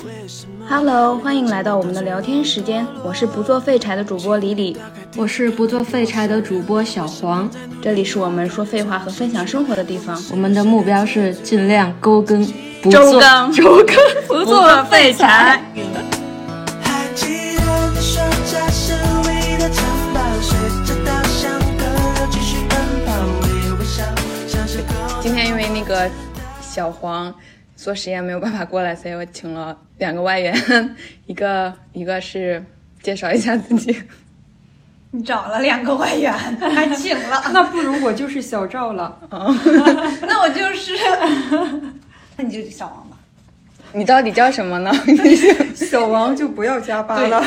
Hello， 欢迎来到我们的聊天时间，我是不做废柴的主播李李， 我是不做废柴的主播小黄。 这里是我们说废话和分享生活的地方， 我们的目标是尽量周更，不做不做废柴。 今天因为那个小黄做实验没有办法过来，所以我请了2个外援，一个是介绍一下自己。 你找了2个外援，还请了， 那不如我就是小赵了。 那我就是，那你就小王吧。 你到底叫什么呢？ 小王就不要加8了。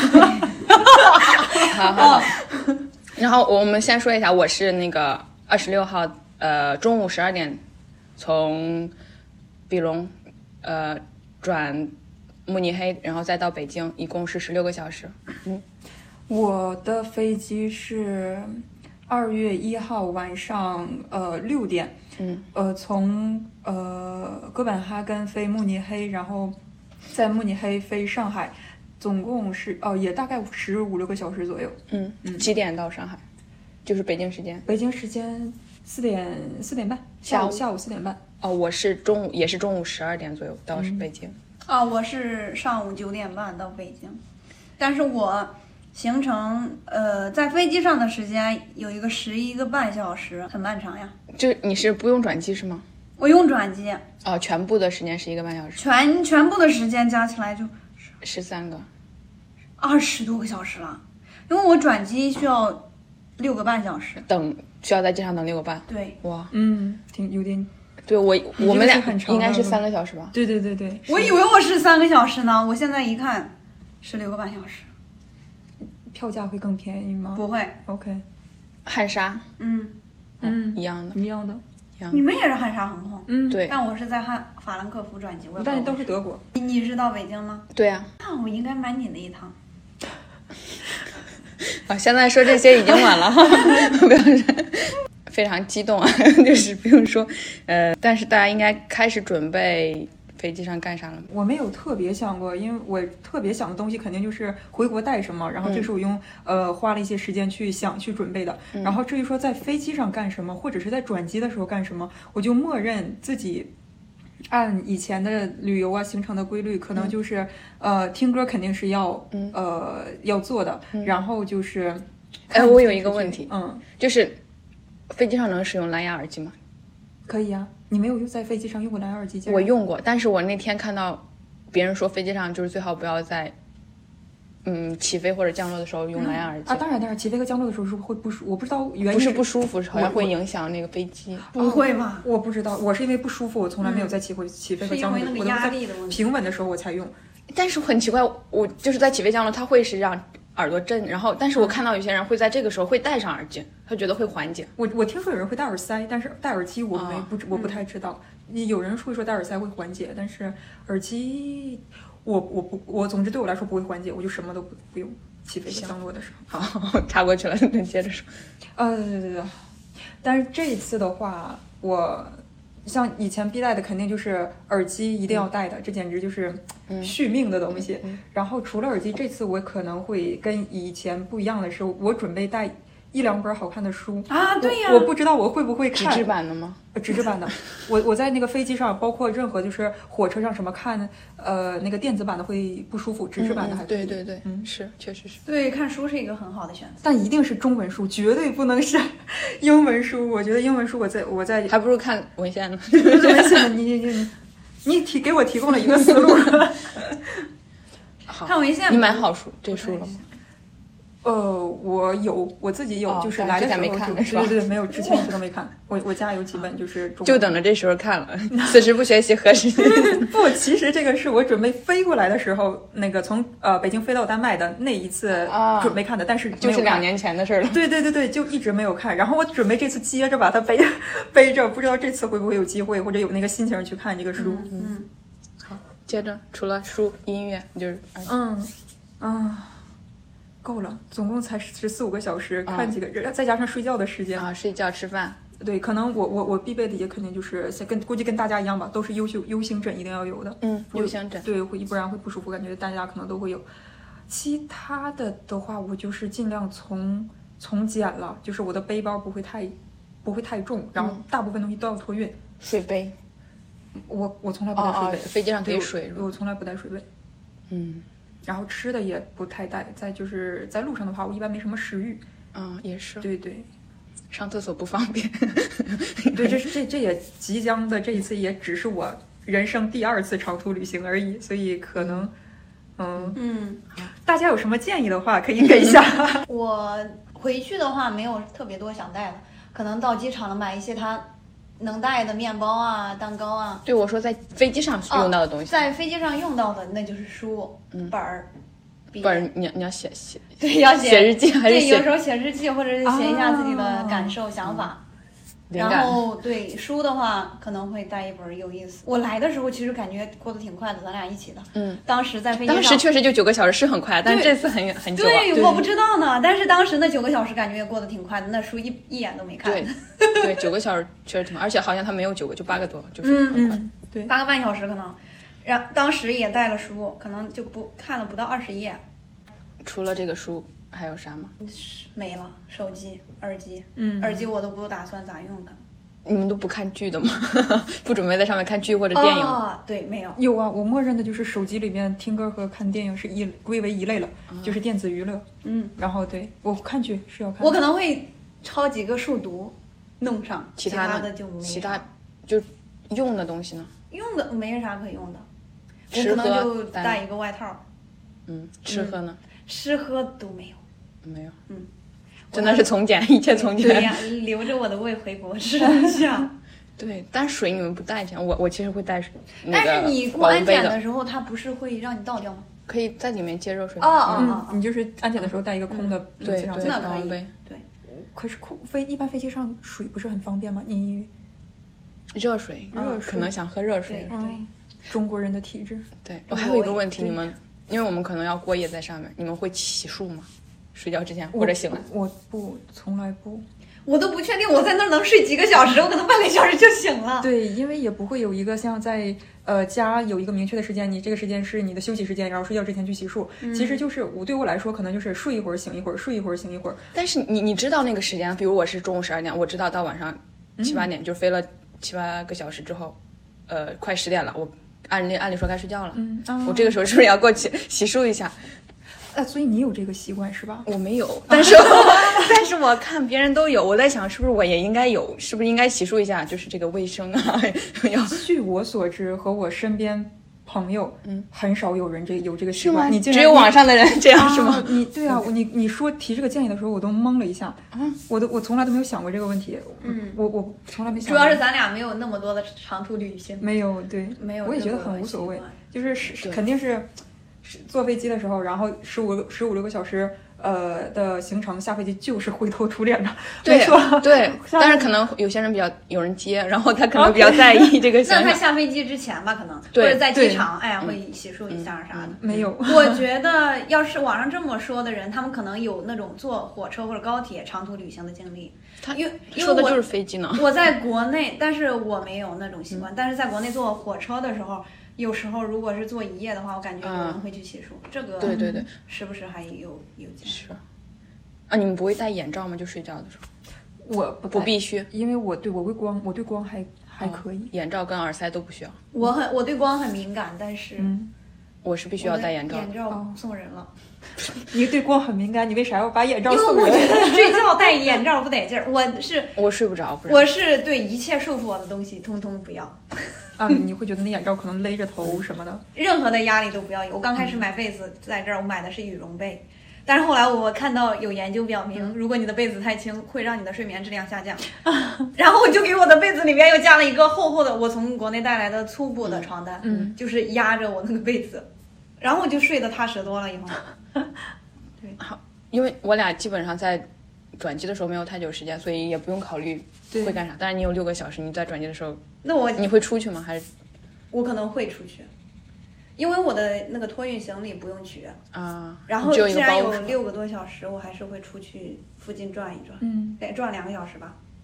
好。然后我们先说一下，我是那个26号中午12点从比隆转慕尼黑，然后再到北京，一共是16个小时。 我的飞机是2月1号晚上6点，从哥本哈根飞慕尼黑，然后在慕尼黑飞上海，总共是也大概15-16个小时左右。 几点到上海？就是北京时间。 北京时间4点半，下午4点半。 我是也是中午12点左右到北京。 我是上午9点半到北京，但是我行程在飞机上的时间有一个11个半小时，很漫长呀。 就你是不用转机是吗？ 我用转机。 全部的时间11个半小时。 全部的时间加起来就 13个 ，20多个小时了。因为我转机需要6个半小时， 需要在机场等6个半。 对， 哇， 有点。 对，我们俩应该是3个小时吧？ 对， 我以为我是3个小时呢，我现在一看是6个半小时。 票价会更便宜吗？ 不会。 OK。 汉莎一样的。 你们也是汉莎航空？ 对。 但我是在法兰克福转机。 但都是德国。 你是到北京吗？ 对啊。 那我应该买你那一趟。 现在说这些已经晚了哈，不要非常激动啊，就是不用说，但是大家应该开始准备飞机上干啥了吗？ 我没有特别想过，因为我特别想的东西肯定就是回国带什么，然后这是我用花了一些时间去准备的。然后至于说在飞机上干什么，或者是在转机的时候干什么，我就默认自己按以前的旅游行程的规律，可能就是听歌肯定是要做的，然后就是我有一个问题，就是飞机上能使用蓝牙耳机吗？ 可以啊。你没有在飞机上用过蓝牙耳机？ 我用过，但是我那天看到别人说飞机上就是最好不要在起飞或者降落的时候用蓝牙耳机当然起飞和降落的时候是会不舒服，我不知道原因。 不是不舒服，好像会影响那个飞机。 不会吧？ 我不知道，我是因为不舒服，我从来没有在起飞和降落， 是因为那个压力的问题。 平稳的时候我才用。 但是很奇怪，我就是在起飞降落，它会是让耳朵震，然后但是我看到有些人会在这个时候会戴上耳机，他觉得会缓解。 我听说有人会戴耳塞，但是戴耳机我不太知道。有人会说戴耳塞会缓解，但是耳机我总之对我来说不会缓解，我就什么都不用。起飞和降落的时候。 好，插过去了，你接着说。 对。但是这一次的话，我像以前必带的肯定就是耳机一定要带的，这简直就是续命的东西。然后除了耳机，这次我可能会跟以前不一样的是，我准备带1-2本好看的书啊。对呀。 我不知道我会不会看纸质版的吗？ 纸质版的。我在那个飞机上，包括任何就是火车上什么看那个电子版的会不舒服，纸质版的还可以。 对，是确实是。 对，看书是一个很好的选择， 但一定是中文书，绝对不能是英文书。我觉得英文书我在还不如看文献呢。 文献你给我提供了一个思路。 好， 看文献。 你买好这书了吗？ 我自己有，就是来的时候没看是吧？ 对，没有，之前一直都没看。我家有几本就是中文， 就等着这时候看了。此时不学习何时？ 不，其实这个是我准备飞过来的时候，那个从北京飞到丹麦的那一次准备看的，但是就是2年前的事了。 对，就一直没有看。然后我准备这次接着把它背着，不知道这次会不会有机会或者有那个心情去看这个书。 好，接着除了书、音乐，就是够了，总共才14-15个小时，看几个，再加上睡觉的时间睡觉、吃饭。 对，可能我必备的也肯定就是估计跟大家一样吧，都是 U 型枕一定要有的。 U 型枕对，不然会不舒服，感觉大家可能都会有。其他的话，我就是尽量从简了，就是我的背包不会太重，然后大部分东西都要托运。 水杯， 我从来不带水杯， 飞机上给水， 我从来不带水杯。然后吃的也不太带，就是在路上的话，我一般没什么食欲。 也是。 对对。 上厕所不方便。 对，这也即将的这一次也只是我人生第2次长途旅行而已，所以可能大家有什么建议的话可以给一下。 我回去的话没有特别多想带的，可能到机场了买一些它能带的面包啊、蛋糕啊。 对，我说在飞机上用到的东西。 在飞机上用到的那就是书、本儿。 不然你要写对，要写日记还是对，有时候写日记或者是写一下自己的感受、想法。然后对书的话，可能会带一本有意思。我来的时候其实感觉过得挺快的，咱俩一起的。当时在飞机上， 当时确实就9个小时是很快，但是这次很久。 对，我不知道呢。但是当时那9个小时感觉也过得挺快的，那书一眼都没看。 对，9个小时确实挺快，而且好像它没有9个，就8个多，就是很快。 对，8个半小时可能。当时也带了书，可能就看了不到20页。 除了这个书还有啥吗？ 没了，手机、耳机，耳机我都不打算咋用的。 你们都不看剧的吗？不准备在上面看剧或者电影？ 对，没有。 有啊，我默认的就是手机里面听歌和看电影是归为一类了，就是电子娱乐。然后对我看剧是要看。 我可能会抄几个数独弄上，其他的就没。 其他就用的东西呢？ 用的没啥可用的，我可能就带一个外套。 吃喝呢？ 吃喝都没有。 没有。真的是从简，一切从简。 对呀，留着我的胃回国吃一下。 对，但水你们不带这样，我其实会带但是你过安检的时候，它不是会让你倒掉吗？ 可以在里面接热水。 你就是安检的时候带一个空的杯子上， 那可以。 对。 可是一般飞机上水不是很方便吗？你热水可能想喝热水。 对， 中国人的体质。 对，我还有一个问题，你们因为我们可能要过夜在上面，你们会洗漱吗？睡觉之前或者醒来？ 我不，从来不。 我都不确定我在那儿能睡几个小时，我可能半个小时就醒了。 对，因为也不会有一个像在家有一个明确的时间，你这个时间是你的休息时间，然后睡觉之前去洗漱。其实就是对我来说，可能就是睡一会儿醒一会儿，睡一会儿醒一会儿。 但是你知道那个时间，比如我是中午12点，我知道到晚上7、8点就飞了7、8个小时之后，快10点了，我按理说该睡觉了。我这个时候是不是要过去洗漱一下？ 所以你有这个习惯是吧？ 我没有，但是我看别人都有，我在想是不是我也应该有，是不是应该洗漱一下，就是这个卫生啊。 据我所知和我身边朋友，很少有人有这个习惯。 你只有网上的人这样是吗？ 对啊，你说提这个建议的时候，我都懵了一下。我从来都没有想过这个问题。我从来没想过。 主要是咱俩没有那么多的长途旅行。 没有，对， 没有。 我也觉得很无所谓，就是肯定是。坐飞机的时候，然后15、16个小时的行程，下飞机就是灰头土脸的。 对，没错，对。但是可能有些人有人接，然后他可能比较在意这个。 那他下飞机之前吧，可能或者在机场，会洗漱一下啥的。 没有。 我觉得要是网上这么说的人，他们可能有那种坐火车或者高铁长途旅行的经历。因为说的就是飞机呢。 我在国内，但是我没有那种习惯。但是在国内坐火车的时候。有时候如果是坐1夜的话，我感觉有人会去洗漱，这个对， 是不是还有是你们不会戴眼罩吗？就睡觉的时候？ 我不必须， 因为我对光还可以， 眼罩跟耳塞都不需要。 我对光很敏感，但是我是必须要戴眼罩。 眼罩送人了。 你对光很敏感，你为啥要把眼罩送人？ 因为我觉得睡觉戴眼罩不得劲儿， 我睡不着， 我是对一切束缚我的东西通通不要。 你会觉得那眼罩可能勒着头什么的， 任何的压力都不要有。我刚开始买被子在这儿，我买的是羽绒被，但是后来我看到有研究表明，如果你的被子太轻，会让你的睡眠质量下降。然后我就给我的被子里面又加了一个厚厚的，我从国内带来的粗布的床单，就是压着我那个被子，然后我就睡得踏实多了以后。 对，好，因为我俩基本上在转机的时候没有太久时间，所以也不用考虑会干啥。但是你有6个小时，你在转机的时候，你会出去吗？还是我可能会出去，因为我的那个托运行李不用取啊。 然后既然有6个多小时，我还是会出去附近转一转，得转2个小时吧。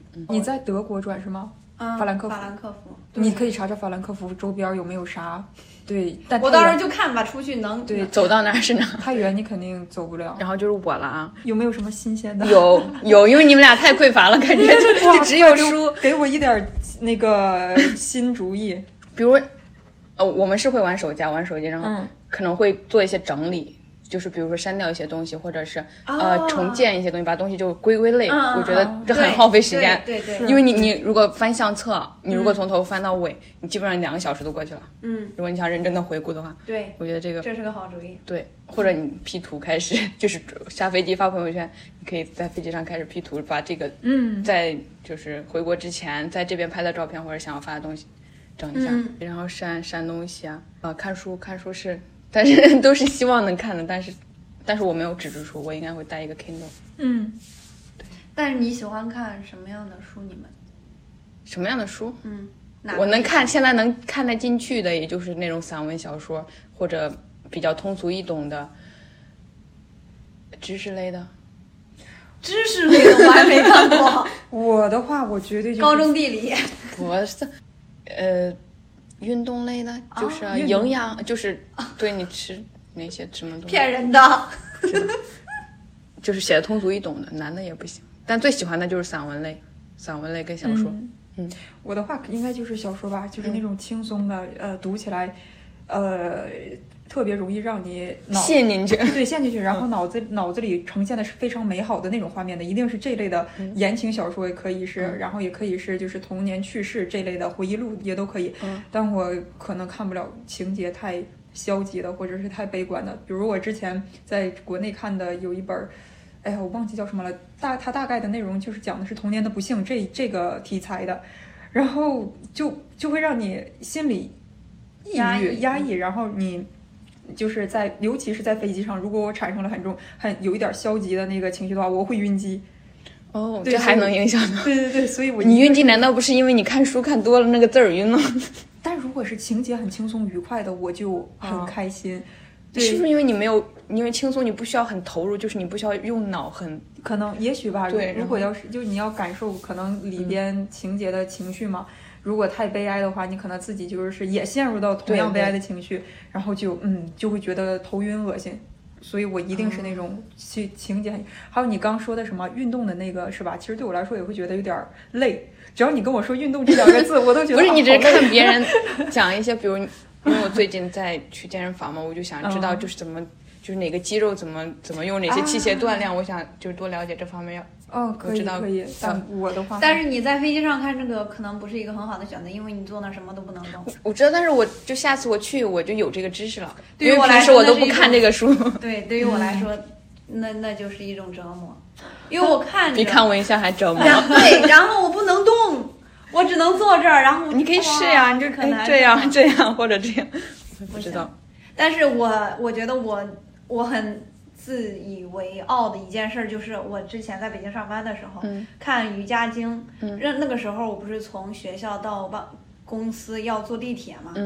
你在德国转是吗？法兰克福。 法兰克福， 你可以查查法兰克福周边有没有啥。对，但我到时候就看吧，出去能对走到哪儿是哪儿， 太远你肯定走不了。 然后就是我了啊， 有没有什么新鲜的？ 有，因为你们俩太匮乏了，感觉就只有书。 给我一点那个新主意。 比如，我们是会玩手机，然后可能会做一些整理。就是比如说删掉一些东西，或者是重建一些东西，把东西就归类。我觉得这很耗费时间。 对， 因为你如果翻相册，你如果从头翻到尾，你基本上2个小时都过去了。如果你想认真的回顾的话， 对， 我觉得这是个好主意。 对，或者你 P 图开始，就是下飞机发朋友圈，你可以在飞机上开始 P 图，把这个在就是回国之前在这边拍的照片或者想要发的东西整一下，然后删东西啊，看书是。但是都是希望能看的，但是我没有纸质书，我应该会带一个 Kindle。 对。但是你喜欢看什么样的书？你们什么样的书？ 我现在能看得进去的，也就是那种散文小说，或者比较通俗易懂的知识类的。 知识类的我还没看过。 我的话，我绝对就是高中地理。 不是，运动类的，就是营养，就是对你吃那些什么东西。 骗人的。 就是写的通俗易懂的，难的也不行。但最喜欢的就是散文类跟小说。 我的话应该就是小说吧，就是那种轻松的，读起来，特别容易让你陷进去， 对，陷进去，然后脑子里呈现的是非常美好的那种画面的，一定是这类的言情小说也可以是，然后也可以是就是童年趣事这类的回忆录也都可以。但我可能看不了情节太消极的或者是太悲观的，比如我之前在国内看的有一本，哎呀，我忘记叫什么了，它大概的内容就是讲的是童年的不幸这个题材的，然后就会让你心里压抑，然后你就是尤其是在飞机上，如果我产生了有一点消极的那个情绪的话，我会晕机。 这还能影响呢？ 对，所以你晕机难道不是因为你看书看多了那个字儿晕吗？ 但如果是情节很轻松愉快的，我就很开心。 是不是因为因为轻松，你不需要很投入，就是你不需要用脑可能也许吧。 对， 如果要是就你要感受可能里边情节的情绪嘛。如果太悲哀的话，你可能自己就是也陷入到同样悲哀的情绪，然后就会觉得头晕恶心。所以我一定是那种情节很。还有你刚说的什么运动的那个是吧？其实对我来说也会觉得有点累。只要你跟我说运动这2个字，我都觉得不是你只是看别人讲一些，比如因为我最近在去健身房嘛，我就想知道就是怎么。就是哪个肌肉怎么用哪些器械锻炼，我想就多了解这方面。 可以。但我的话， 但是你在飞机上看这个可能不是一个很好的选择，因为你坐那什么都不能动。 我知道，但是我就下次我去我就有这个知识了。 对于我来说，我都不看这个书。 对于我来说，那就是一种折磨，因为我看比看文献还折磨。 对，然后我不能动，我只能坐这儿，然后你可以试呀，你就可能这样或者这样，不知道。 但是我觉得我很自以为傲的一件事就是我之前在北京上班的时候，看瑜伽经，那个时候我不是从学校到公司要坐地铁嘛，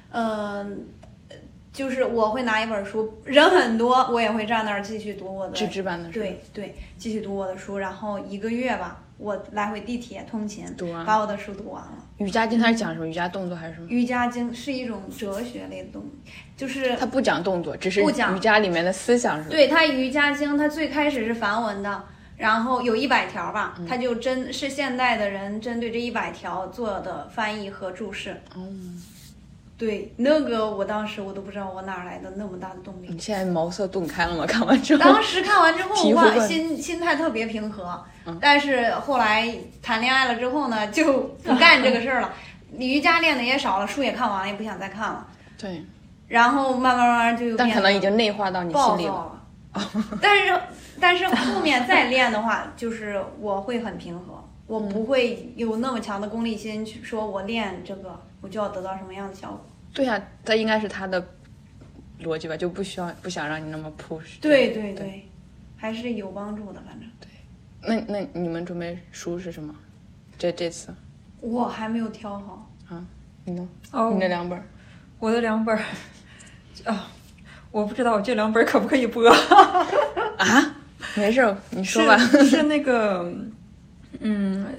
就是我会拿一本书，人很多，我也会站那儿继续读我的纸质版的书， 对，继续读我的书，然后1个月吧，我来回地铁通勤，把我的书读完了。 瑜伽经它是讲什么？瑜伽动作还是什么？ 瑜伽经是一种哲学类的东西，就是它不讲动作，只是瑜伽里面的思想是吧？ 对，它瑜伽经它最开始是梵文的，然后有100条吧，它是现代的人针对这100条做的翻译和注释。对，那个我当时我都不知道我哪来的那么大的动力。 你现在茅塞顿开了吗？看完之后？ 当时看完之后，心态特别平和。但是后来谈恋爱了之后呢，就不干这个事儿了。瑜伽练的也少了，书也看完了，也不想再看了。 对。 然后慢慢就但可能已经内化到你心里了。 但是后面再练的话，就是我会很平和。我不会有那么强的功利心去说我练这个我就要得到什么样的效果。 对呀，这应该是他的逻辑吧，就不想让你那么 push。 对，还是有帮助的，反正。 对，那你们准备书是什么？这次我还没有挑好啊，你呢？ 你的2本， 我的2本啊，我不知道这2本可不可以播啊？没事，你说吧。 是那个。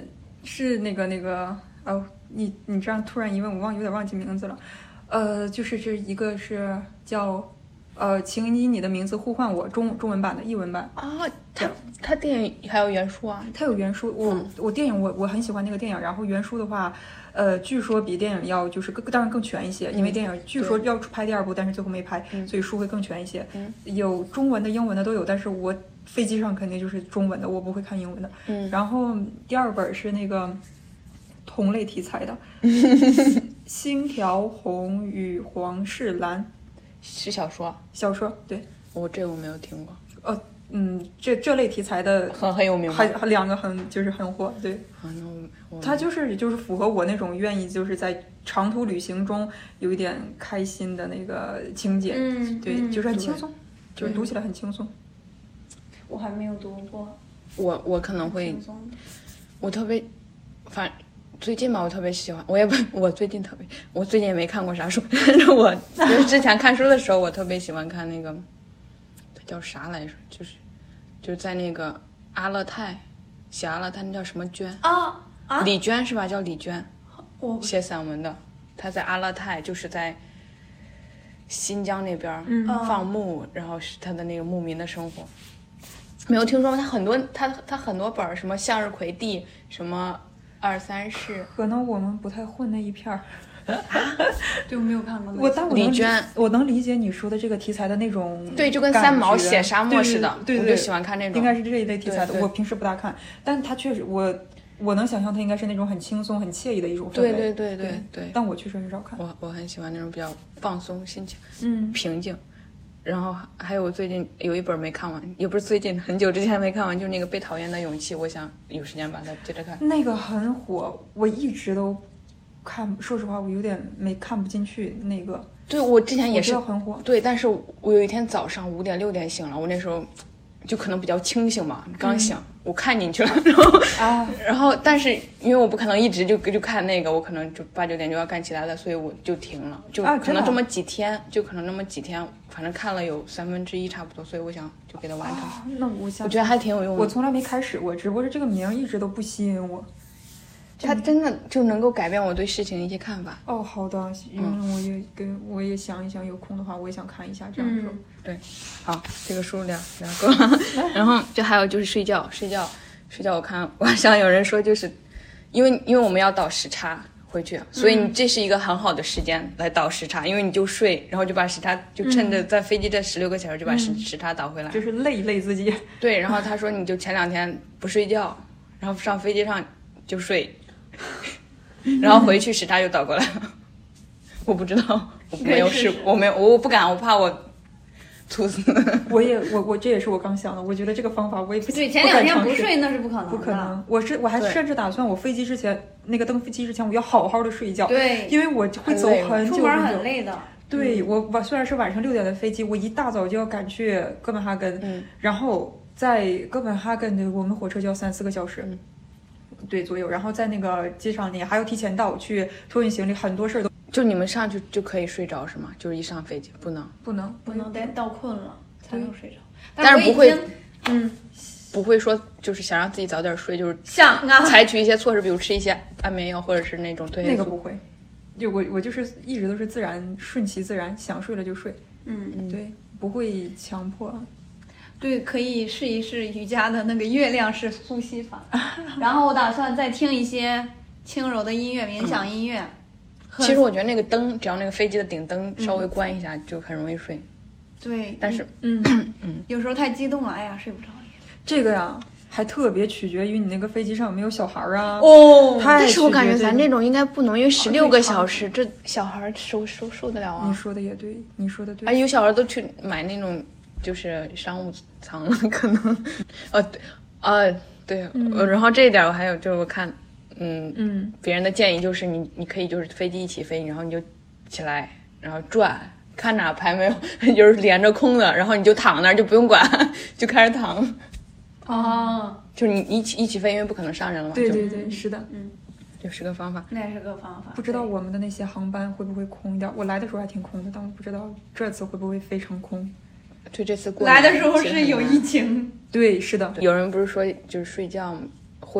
是那个哦，你这样突然一问，我有点忘记名字了。就是这一个是叫请以你的名字呼唤我，中文版的译文版啊。它电影还有原书啊？ 它有原书。我电影我很喜欢那个电影，然后原书的话，据说比电影要就是当然更全一些，因为电影据说要拍第2部，但是最后没拍，所以书会更全一些。有中文的、英文的都有，但是我飞机上肯定就是中文的，我不会看英文的。然后第2本是那个同类题材的，星条红与黄世蓝。 是小说？ 小说，对。 这个我没有听过。 这类题材的很有名， 还2个很火，对。它就是符合我那种愿意就是在长途旅行中有一点开心的那个情节，对，就是很轻松，就是读起来很轻松。 我还没有读过。 我可能会，我特别，最近吧，我特别喜欢，我最近也没看过啥书，但是我就是之前看书的时候，我特别喜欢看那个，它叫啥来着？就是在那个阿勒泰，写阿勒泰那叫什么娟啊？李娟是吧？叫李娟，写散文的，她在阿勒泰，就是在新疆那边放牧，然后是她的那个牧民的生活。没有听说过他很多本什么向日葵地什么2、3世， 可能我们不太混那一片儿。 对，我没有看过。 李娟， 我能理解你说的这个题材的那种， 对，就跟三毛写沙漠似的， 对， 我就喜欢看那种。 应该是这一类题材的，我平时不大看，但它确实我能想象它应该是那种很轻松、很惬意的一种氛围。 对。 但我确实很少看。 我很喜欢那种比较放松心情，平静。然后还有我最近有一本没看完，也不是最近，很久之前没看完，就是那个《被讨厌的勇气》，我想有时间把它接着看。 那个很火，我一直都说实话，我有点看不进去那个。 对，我之前也是很火。 对，但是我有一天早上5点6点醒了，我那时候就可能比较清醒嘛，刚醒，我看进去了，然后但是因为我不可能一直就看那个，我可能就8、9点就要干其他的，所以我就停了，就可能这么几天，反正看了有1/3差不多，所以我想就给它完成。 那我觉得还挺有用的。 我从来没开始过，只不过是这个名一直都不吸引我。 它真的就能够改变我对事情的一些看法。 好的，因为我也想一想，有空的话我也想看一下这样说。 对，好，这个书聊够了。然后就还有就是睡觉，我看网上有人说，就是因为我们要倒时差回去，所以你这是一个很好的时间来倒时差，因为你就睡，然后就把时差就趁着在飞机这16个小时就把时差倒回来， 就是累自己。 对，然后他说你就前2天不睡觉，然后上飞机上就睡。然后回去时差就倒过来了，我不知道，我没有试过，我不敢，我怕我猝死。 我这也是我刚想的，我觉得这个方法我也不对，前2天不睡那是不可能的， 不可能。我还甚至打算我飞机之前登飞机之前我要好好的睡一觉， 对， 因为我会走很久， 出门很累的。 对，我虽然是晚上6点的飞机，我一大早就要赶去哥本哈根，然后在哥本哈根的我们火车就要3、4个小时。对，左右，然后在那个机场你还要提前到去托运行李，很多事儿都就你们上去就可以睡着是吗？就是一上飞机不能得到困了才能睡着， 但是不会不会说就是想让自己早点睡，就是想采取一些措施，比如吃一些安眠药或者是那种褪黑素。 那个不会，就我就是一直都是自然顺其自然，想睡了就睡。对，不会强迫。 对，可以试一试瑜伽的那个月亮式呼吸法，然后我打算再听一些轻柔的音乐，冥想音乐。 其实我觉得那个灯，只要那个飞机的顶灯稍微关一下，就很容易睡。 对， 但是有时候太激动了，哎呀，睡不着。 这个呀，还特别取决于你那个飞机上有没有小孩啊。 但是我感觉咱这种应该不能，因为16个小时，这小孩受得了啊。 你说的也对，你说的对。 有小孩都去买那种。就是商务舱了，可能，对，然后这一点我还有就是我看，别人的建议就是你可以就是飞机一起飞，然后你就起来，然后转，看哪排没有，就是连着空的，然后你就躺那儿就不用管，就开始躺。就是你一起飞，因为不可能上人了嘛。 对，是的， 就是个方法。 那也是个方法。 不知道我们的那些航班会不会空一点？我来的时候还挺空的，但我不知道这次会不会非常空。 对，这次来的时候是有疫情。 对，是的。 有人不是说就是睡觉会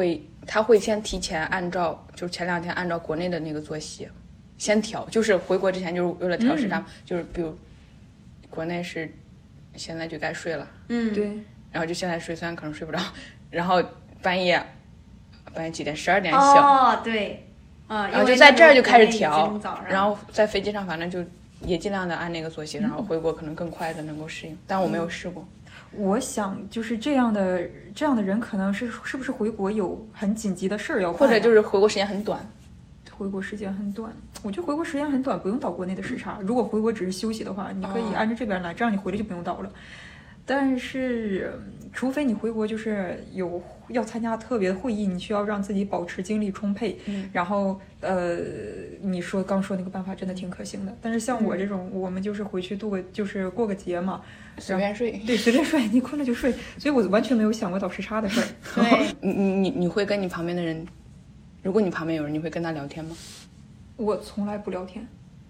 他会先提前按照，就是前2天按照国内的那个作息先调，就是回国之前就是为了调时差，就是比如国内是现在就该睡了， 对， 然后就现在睡，虽然可能睡不着，然后半夜几点？12点醒， 对， 然后就在这儿就开始调，然后在飞机上反正就也尽量的按那个作息，然后回国可能更快的能够适应，但我没有试过。 我想就是这样的人，可能是不是回国有很紧急的事儿要办， 或者就是回国时间很短。 回国时间很短，我觉得回国时间很短，不用倒国内的时差。如果回国只是休息的话，你可以按照这边来，这样你回来就不用倒了。但是，除非你回国就是有要参加特别的会议，你需要让自己保持精力充沛。然后你刚说那个办法真的挺可行的。但是像我这种，我们就是回去过个节嘛， 随便睡。 对，随便睡，你困了就睡。所以我完全没有想过倒时差的事儿。 对， 你会跟你旁边的人，如果你旁边有人，你会跟他聊天吗？ 我从来不聊天。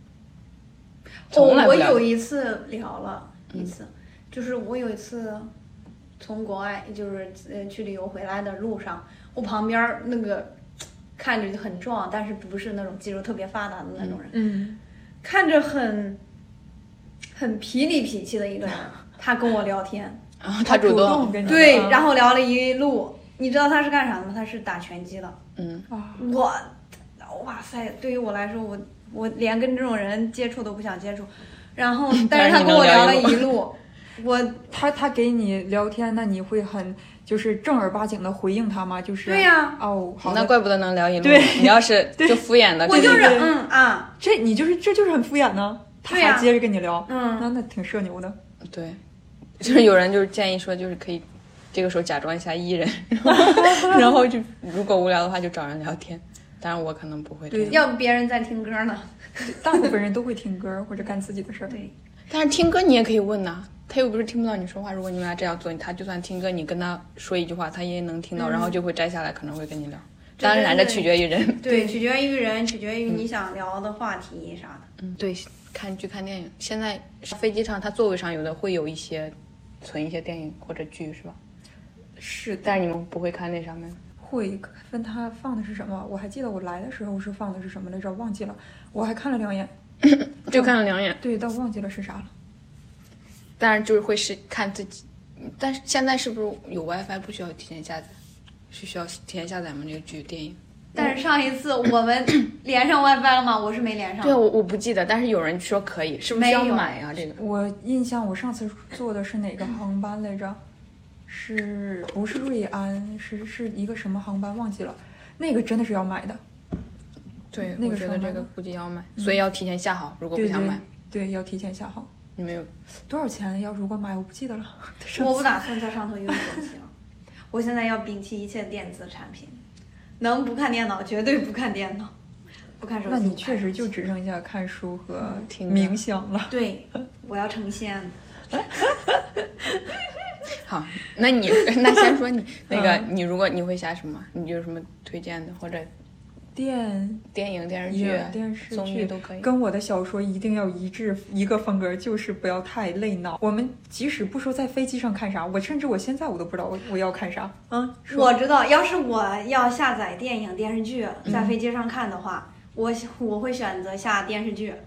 我有一次聊了一次。就是我有一次从国外就是去旅游回来的路上，我旁边那个看着就很壮，但是不是那种肌肉特别发达的那种人，看着很痞里痞气的一个人，他跟我聊天， 然后他主动跟你对，然后聊了一路。你知道他是干啥的吗？他是打拳击的。哇塞，对于我来说，我连跟这种人接触都不想接触。然后，但是他跟我聊了一路。 他给你聊天，那你会很就是正儿八经的回应他吗？就是对呀， 好， 那怪不得能聊一路。 对， 你要是就敷衍的， 我就是这就是很敷衍呢。他还接着跟你聊，那挺社牛的。 对，就是有人就是建议说，就是可以这个时候假装一下 E 人，然后就如果无聊的话就找人聊天。当然我可能不会这样， 要不别人在听歌呢。 大部分人都会听歌或者干自己的事儿。 对， 但是听歌你也可以问呐。他又不是听不到你说话，如果你们俩这样做，他就算听歌，你跟他说一句话，他也能听到，然后就会摘下来，可能会跟你聊。当然，这取决于人。 对，取决于人，取决于你想聊的话题啥的。 对，看电影。现在飞机上，它座位上有的会有一些存一些电影或者剧，是吧？ 是的。 但是你们不会看那上面？ 会分他放的是什么。我还记得我来的时候是放的是什么来着，忘记了。我还看了2眼， 就看了2眼。 对，但忘记了是啥了。 当然就是会是看自己，但是现在是不是有 WiFi 不需要提前下载？是需要提前下载吗？这个剧电影？ 但是上一次我们连上 WiFi 了吗？我是没连上。 对，我不记得，但是有人说可以，是不是需要买啊？这个我印象，我上次坐的是哪个航班来着？不是瑞安？是一个什么航班忘记了？那个真的是要买的。 对，我觉得这个估计要买，所以要提前下好。如果不想买， 对，要提前下好。 你没有多少钱？如果买，我不记得了。 我不打算在上头用手机了。我现在要摒弃一切电子产品，能不看电脑绝对不看电脑，不看手机。 那你确实就只剩下看书和冥想了。 对，我要成仙。 好，那先说你那个，你如果你会下什么？你有什么推荐的或者？电影、电视剧、综艺都可以， 跟我的小说一定要一致，一个风格，就是不要太累脑。我们即使不说在飞机上看啥，甚至我现在我都不知道我要看啥。 我知道，要是我要下载电影、电视剧在飞机上看的话，我会选择下电视剧，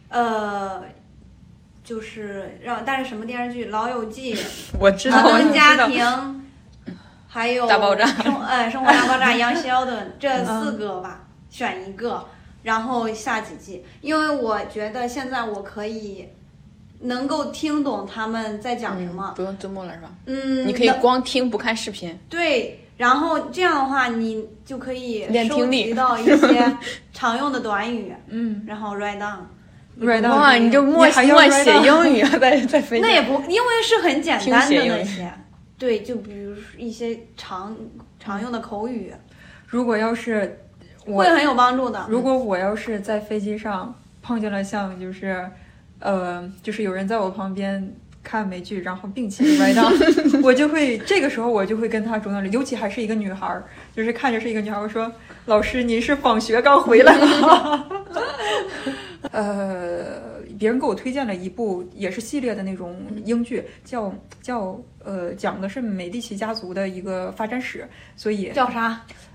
就是但是什么电视剧？《老友记》， 我知道， 摩登家庭。还有大爆炸， 生活大爆炸，杨逍顿这4个吧，选一个，然后下几季。因为我觉得现在我可以能够听懂他们在讲什么， 不用字幕了是吧？你可以光听不看视频。 对，然后这样的话，你就可以收集到一些常用的短语，然后 write down。 哇，你就默写英语啊，在飞机。 那也不，因为是很简单的那些。对，就比如一些常用的口语， 如果要是会很有帮助的。 如果我要是在飞机上碰见了像就是有人在我旁边看美剧，然后并且歪档，我就会这个时候我就会跟他主动，尤其还是一个女孩，就是看着是一个女孩，我说老师您是放学刚回来吗？别人给我推荐了一部也是系列的那种英剧，叫讲的是美第奇家族的一个发展史，所以叫啥？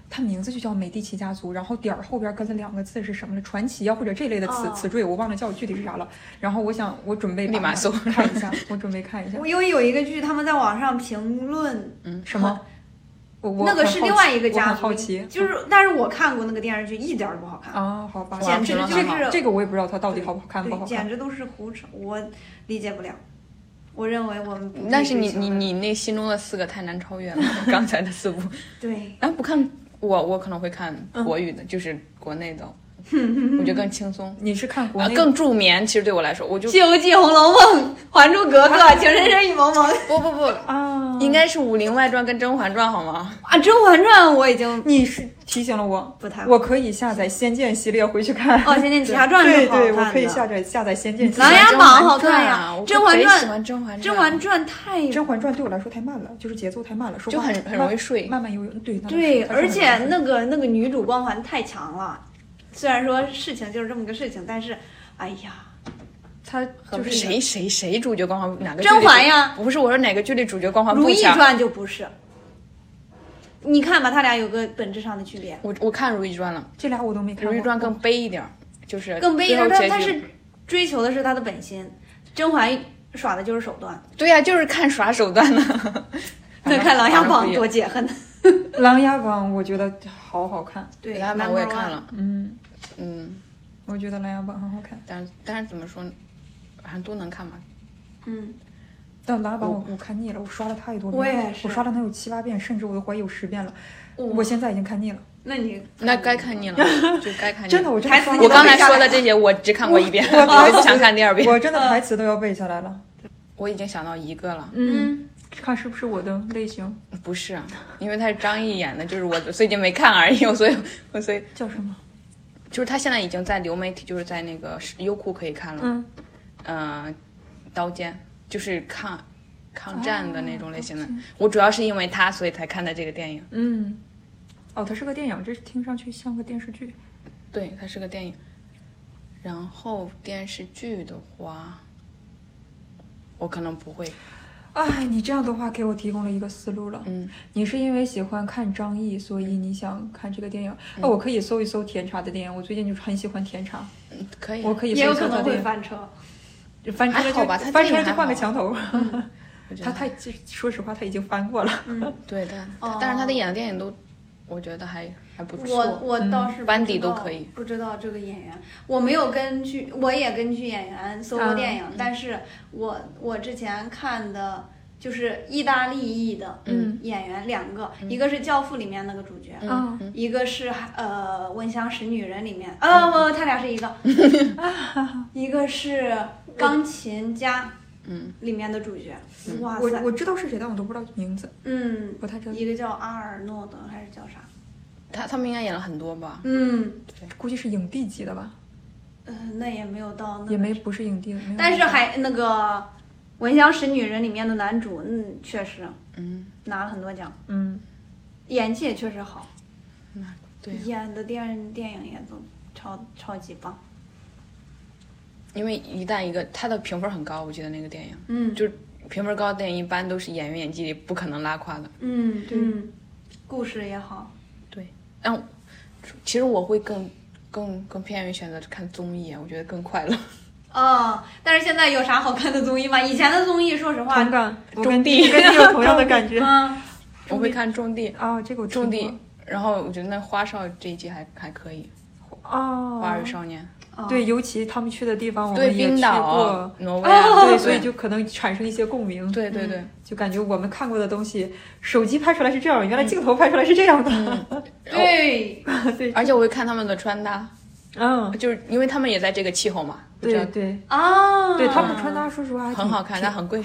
它名字就叫美第奇家族，然后点儿后边跟了2个字是什么了？传奇啊，或者这类的词缀，我忘了叫具体是啥了。然后我准备立马搜看一下，我准备看一下。 因为有一个剧，他们在网上评论， 什么？我那个是另外一个家族， 我很好奇， 但是我看过那个电视剧，一点都不好看啊，好吧， 简直就是这个我也不知道它到底好不好看，不好看， 简直都是胡扯，我理解不了。我认为我们不， 但是你那心中的4个太难超越了，刚才的4部。 对， 然后不看我可能会看国语的，就是国内的。我觉得更轻松。 你是看国内更助眠？其实对我来说，我就《 西游记》《红楼梦》《还珠格格》《情深深雨蒙蒙》。 不啊，应该是《武林外传》跟《甄嬛传》好吗？ 啊，《甄嬛传》我已经你是提醒了我， 不太， 我可以下载《仙剑》系列回去看。 哦，《仙剑奇侠传》是好看的。 对，我可以下载《仙剑》。 琅琊榜好看呀，《甄嬛传》 甄嬛传太， 《甄嬛传》对我来说太慢了，就是节奏太慢了，说就很容易睡， 慢慢悠悠。 对，而且那个女主光环太强了。虽然说事情就是这么个事情，但是，哎呀， 他就是谁主角光环哪个？ 甄嬛呀， 不是我说哪个剧里主角光环不强？ 如懿传就不是。你看吧，他俩有个本质上的区别。 我看如懿传了， 这俩我都没看。 如懿传更悲一点，就是更悲一点，但是追求的是他的本心。甄嬛耍的就是手段。 对呀，就是看耍手段呢。 那看《琅琊榜》多解恨。 《琅琊榜》我觉得好看。 对，《 琅琊榜》我也看了。 我觉得《琅琊榜》很好看。 但是怎么说呢，好像都能看吧。 但《琅琊榜》我看腻了，我刷了太多遍。 我也是， 我刷了能有7、8遍，甚至我都怀疑有10遍了。我现在已经看腻了。 那该看腻了，就该看腻了。 真的，我刚才说的这些，我只看过1遍，我就想看第2遍。 我真的台词都要背下来了。 我已经想到一个了。 看是不是我的类型？ 不是，因为他是张译演的，就是我最近没看而已，所以叫什么？ 就是他现在已经在流媒体，就是在那个优酷可以看了。刀剑就是抗战的那种类型的。我主要是因为他，所以才看的这个电影。 它是个电影，这听上去像个电视剧。 对，它是个电影。然后电视剧的话，我可能不会。 哎，你这样的话给我提供了一个思路了。你是因为喜欢看张译，所以你想看这个电影。我可以搜一搜甜茶的电影，我最近就是很喜欢甜茶。 可以， 我可以搜也有一搜他的电影。 可能会翻车， 翻车了就翻车了就换个墙头。他说实话他已经翻过了。 对的，但是他的演的电影都，我觉得还不错。 我倒是班底都可以。 不知道这个演员，我没有我也根据演员搜过电影，但是我之前看的就是意大利裔的演员2个，一个是《教父》里面那个主角，一个是《闻香识女人》里面，他俩是一个，一个是钢琴家。里面的主角，哇塞！ 我知道是谁，但我都不知道名字。不太知道。 一个叫阿尔诺德还是叫啥？ 他们应该演了很多吧？ 对，估计是影帝级的吧？ 那也没有到那， 也不是影帝的， 但是还那个《闻香识女人》里面的男主，确实，拿了很多奖，演技也确实好， 对， 演的电影也都超级棒。 因为他的评分很高，我记得那个电影，就是评分高的电影一般都是演员演技里不可能拉胯的。 对，故事也好。 对，其实我会更偏于选择看综艺，我觉得更快乐。 但是现在有啥好看的综艺吗？以前的综艺，说实话， 同感，跟你有同样的感觉。 我会看种地这个我种地，然后我觉得那花少这一季还可以。花儿与少年。 对，尤其他们去的地方，我们也去过， 挪威啊， 对，所以就可能产生一些共鸣。 对， 就感觉我们看过的东西，手机拍出来是这样，原来镜头拍出来是这样的。 对， 而且我会看他们的穿搭，就是因为他们也在这个气候嘛。 对对他们的穿搭，说实话很好看，但很贵。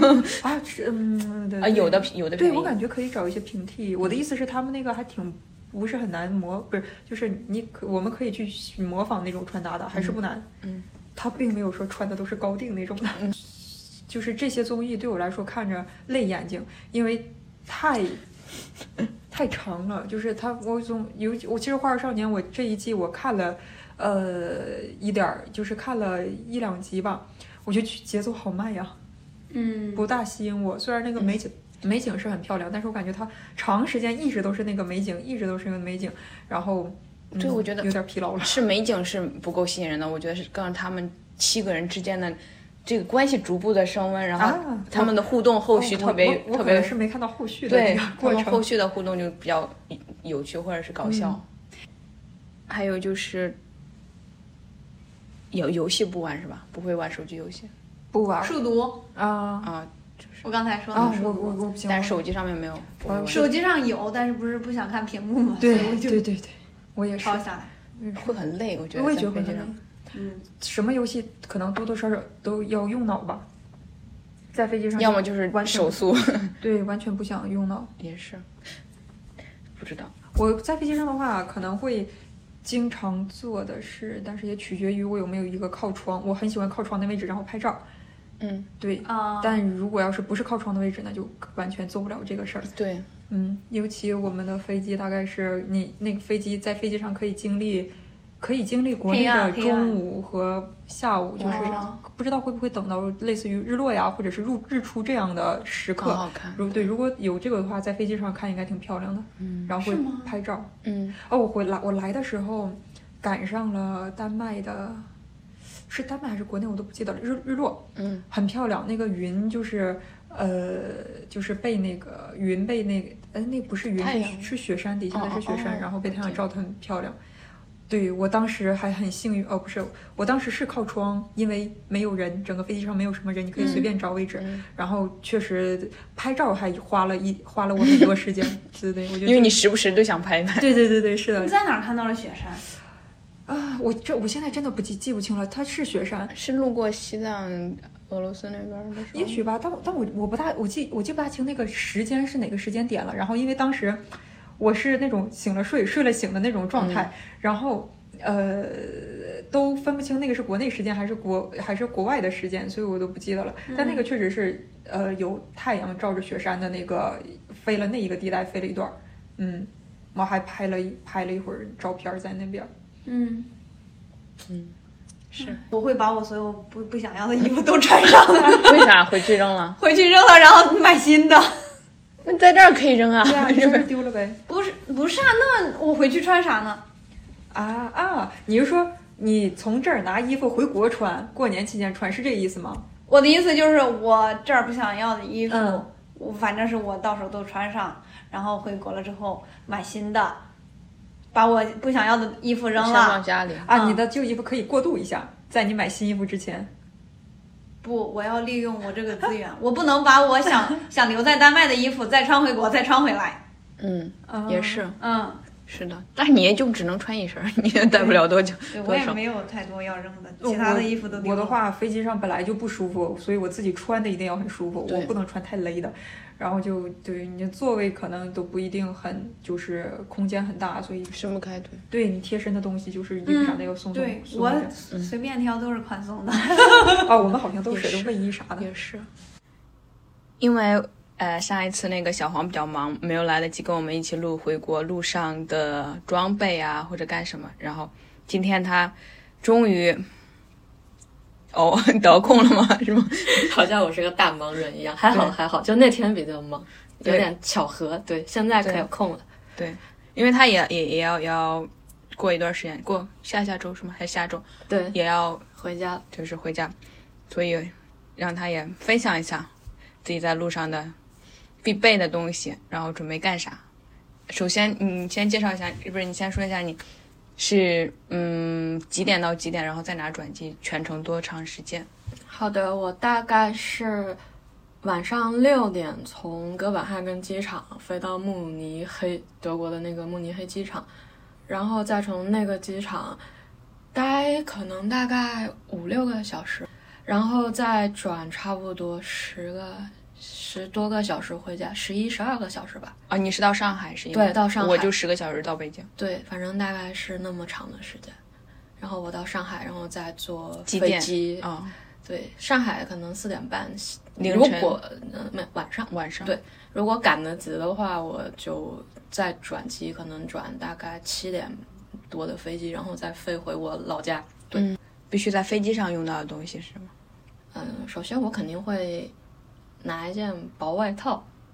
对， 有的对，我感觉可以找一些平替。我的意思是，他们那个还挺。不是很难不是，就是我们可以去模仿那种穿搭的，还是不难。他并没有说穿的都是高定那种的。就是这些综艺对我来说看着累眼睛，因为太长了。就是我其实《花儿少年》我这一季我看了就是看了1、2集吧，我觉得节奏好慢呀。不大吸引我。虽然那个美景是很漂亮，但是我感觉它长时间一直都是那个美景，一直都是那个美景，然后对，我觉得有点疲劳了。 是美景是不够吸引人的，我觉得是更让他们7个人之间的这个关系逐步的升温，然后他们的互动后续特别我特别是没看到后续的对那个过程， 他们后续的互动就比较有趣或者是搞笑。还有就是有游戏不玩是吧？不会玩手机游戏不玩数独啊？ 我刚才说啊， 的数独， 我不行， 但是手机上面没有。不会玩手机上有，但是不是不想看屏幕嘛？ 对所以我就对，我也是抄下来。 会很累，我觉得。 我也觉得会很累。 嗯， 什么游戏可能多多少少都要用脑吧，在飞机上要么就是完全手速， 对，完全不想用脑。 也是不知道。 我在飞机上的话，可能会经常做的是，但是也取决于我有没有一个靠窗。我很喜欢靠窗的位置，然后拍照。 嗯， 对啊， 但如果要是不是靠窗的位置，那就完全做不了这个事儿。 对， 尤其我们的飞机大概是你那个飞机在飞机上可以经历国内的中午和下午，就是不知道会不会等到类似于日落呀，或者是日出这样的时刻。 很好看。 如果有这个的话，在飞机上看应该挺漂亮的。然后会拍照。我来的时候赶上了丹麦的。是丹麦还是国内我都不记得了，日落，很漂亮。那个云就是被那个云被那个那不是云，是雪山，底下的是雪山，然后被太阳照得很漂亮。对，我当时还很幸运，不是，我当时是靠窗，因为没有人，整个飞机上没有什么人，你可以随便找位置。然后确实拍照还花了我很多时间，对，我觉得因为你时不时都想拍一拍。 对，是的。 你在哪儿看到了雪山？ 我现在真的记不清了，它是雪山， 是路过西藏、俄罗斯那边的时候。 也许吧，但我记不大清那个时间是哪个时间点了。然后因为当时我是那种醒了睡了醒的那种状态，然后都分不清那个是国内时间还是国外的时间，所以我都不记得了。但那个确实是有太阳照着雪山的那个飞了那一个地带飞了一段，我还拍了一会儿照片在那边。 是我会把我所有不想要的衣服都穿上了。 为啥回去扔了？ 回去扔了，然后买新的。 那在这儿可以扔啊？ 对啊，你是不是丢了呗？ 不是啊，那我回去穿啥呢？ 你是说你从这儿拿衣服回国穿，过年期间穿，是这意思吗？ 我的意思就是我这儿不想要的衣服，反正是我到时候都穿上，然后回国了之后买新的。把我不想要的衣服扔了， 放家里你的旧衣服可以过渡一下，在你买新衣服之前。 不，我要利用我这个资源，我不能把我想留在丹麦的衣服再穿回国，再穿回来。 也是， 是的， 但是你也就只能穿一身，你也待不了多久。 对，我也没有太多要扔的，其他的衣服都丢了。 我的话，飞机上本来就不舒服，所以我自己穿的一定要很舒服，我不能穿太勒的。然后就对你的座位可能都不一定很，就是空间很大，所以伸不开腿。 对你贴身的东西就是衣服啥的要松松。 对，我随便挑都是宽松的。 我们好像都是卫衣啥的。 也是，因为上一次那个小黄比较忙，没有来得及跟我们一起录回国路上的装备啊或者干什么，然后今天他终于得空了吗？是吗？ 好像我是个大忙人一样，还好，就那天比较忙，有点巧合。对，现在可有空了。 对，因为他也要过一段时间，过下周是吗？还是下周？ 对， 也要回家， 就是回家，所以让他也分享一下自己在路上的必备的东西，然后准备干啥。首先你先介绍一下，不是你先说一下你是几点到几点，然后在哪转机，全程多长时间？ 好的，我大概是晚上6点从哥本哈根机场飞到慕尼黑，德国的那个慕尼黑机场，然后再从那个机场可能大概5-6个小时，然后再转差不多10多个小时回家，11-12个小时吧。 你是到上海是因为？ 对，到上海。 我就10个小时到北京。 对，反正大概是那么长的时间。然后我到上海，然后再坐飞机。对，上海可能4点半凌晨。 如果晚上。对，如果赶得及的话，我就再转机，可能转大概7点多的飞机，然后再飞回我老家。对， 必须在飞机上用到的东西是吗？ 首先我肯定会拿一件薄外套，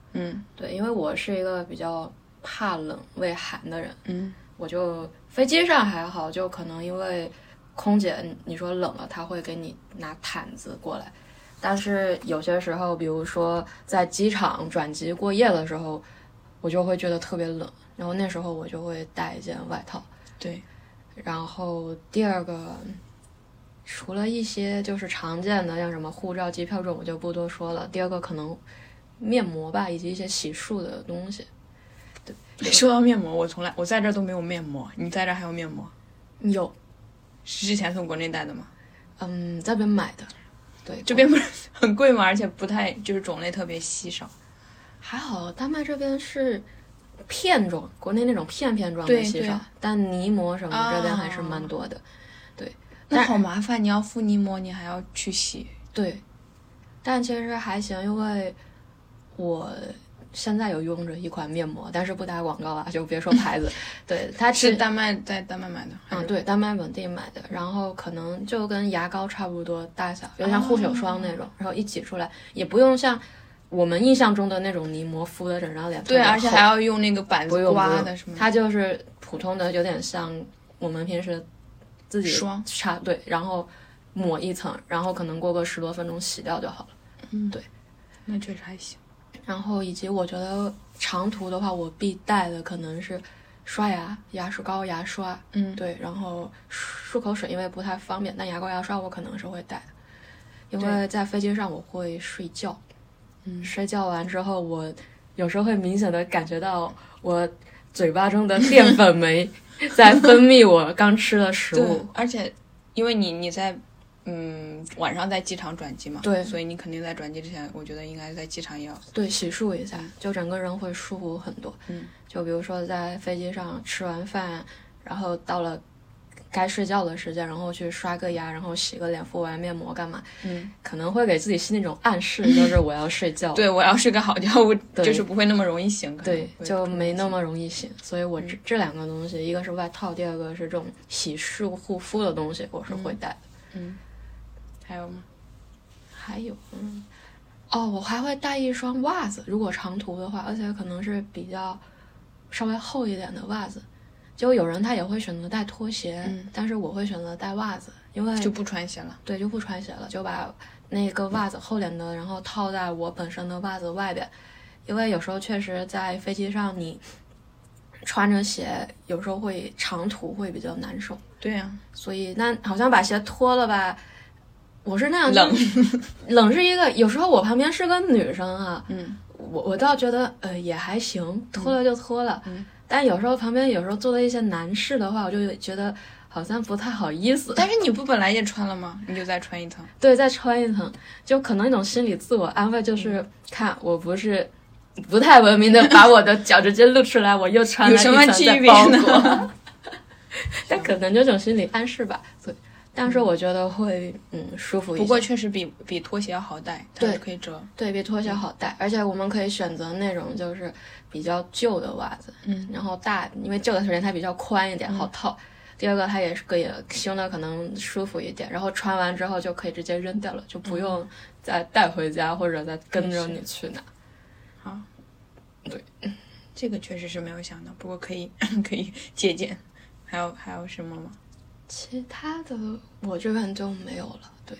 对，因为我是一个比较怕冷畏寒的人，我就飞机上还好，就可能因为空姐你说冷了，她会给你拿毯子过来，但是有些时候，比如说在机场转机过夜的时候，我就会觉得特别冷，然后那时候我就会带一件外套。 对， 然后第二个，除了一些就是常见的，像什么护照、机票这种，我就不多说了。第二个可能面膜吧，以及一些洗漱的东西。对， 说到面膜，我在这儿都没有面膜，你在这儿还有面膜？ 有， 是之前从国内带的吗？ 这边买的。对， 这边不是很贵吗？而且不太就是种类特别稀少。 还好，丹麦这边是片状，国内那种片状的稀少，但泥膜什么这边还是蛮多的。对， 那好麻烦，你要敷泥膜，你还要去洗。 对，但其实还行，因为我现在有用着一款面膜，但是不打广告啊，就别说牌子。对，它是在丹麦买的。 对，丹麦本地买的，然后可能就跟牙膏差不多大小，有点像护手霜那种，然后一挤出来，也不用像我们印象中的那种泥膜敷的整张脸。 对，而且还要用那个板子刮的什么。 它就是普通的，有点像我们平时自己霜擦，对，然后抹一层，然后可能过个10多分钟洗掉就好了。对， 那确实还行。 然后以及我觉得长途的话，我必带的可能是刷牙、牙齿膏、牙刷，对，然后漱口水，因为不太方便，但牙膏、牙刷我可能是会带的，因为在飞机上我会睡觉，睡觉完之后，我有时候会明显的感觉到我嘴巴中的淀粉酶在分泌我刚吃的食物， 而且因为你在晚上在机场转机嘛， 对， 所以你肯定在转机之前，我觉得应该在机场也要对洗漱一下，就整个人会舒服很多。就比如说在飞机上吃完饭，然后到了该睡觉的时间，然后去刷个牙，然后洗个脸，敷完面膜干嘛？可能会给自己心里一种暗示，就是我要睡觉。 对，我要睡个好觉，我就是不会那么容易醒。 对，就没那么容易醒。所以我这两个东西，一个是外套，第二个是这种洗漱护肤的东西，我是会带的。 还有吗？ 还有，我还会带一双袜子，如果长途的话，而且可能是比较稍微厚一点的袜子。就有人他也会选择带拖鞋，但是我会选择带袜子，因为就不穿鞋了。 对，就不穿鞋了，就把那个袜子厚点的，然后套在我本身的袜子外边。因为有时候确实在飞机上你穿着鞋，有时候会长途会比较难受。 对呀， 所以那好像把鞋脱了吧。我是那样，冷是一个，有时候我旁边是个女生啊，我倒觉得也还行，脱了就脱了，但有时候旁边有时候坐的一些男士的话，我就觉得好像不太好意思。 但是你不本来也穿了吗？你就再穿一层。 对，再穿一层，就可能一种心理自我安慰，就是看我不是不太文明的把我的脚直接露出来，我又穿了一层在包裹。但可能这种心理暗示吧，对。但是我觉得会舒服一些， 不过确实比拖鞋好带， 对， 可以折， 对比拖鞋好带，而且我们可以选择那种就是比较旧的袜子，然后因为旧的首先它比较宽一点，好套，第二个它也是胸的可能舒服一点，然后穿完之后就可以直接扔掉了，就不用再带回家或者再跟着你去拿。 好，对，这个确实是没有想到，不过可以借鉴。还有什么吗？ 其他的我这边就没有了，对，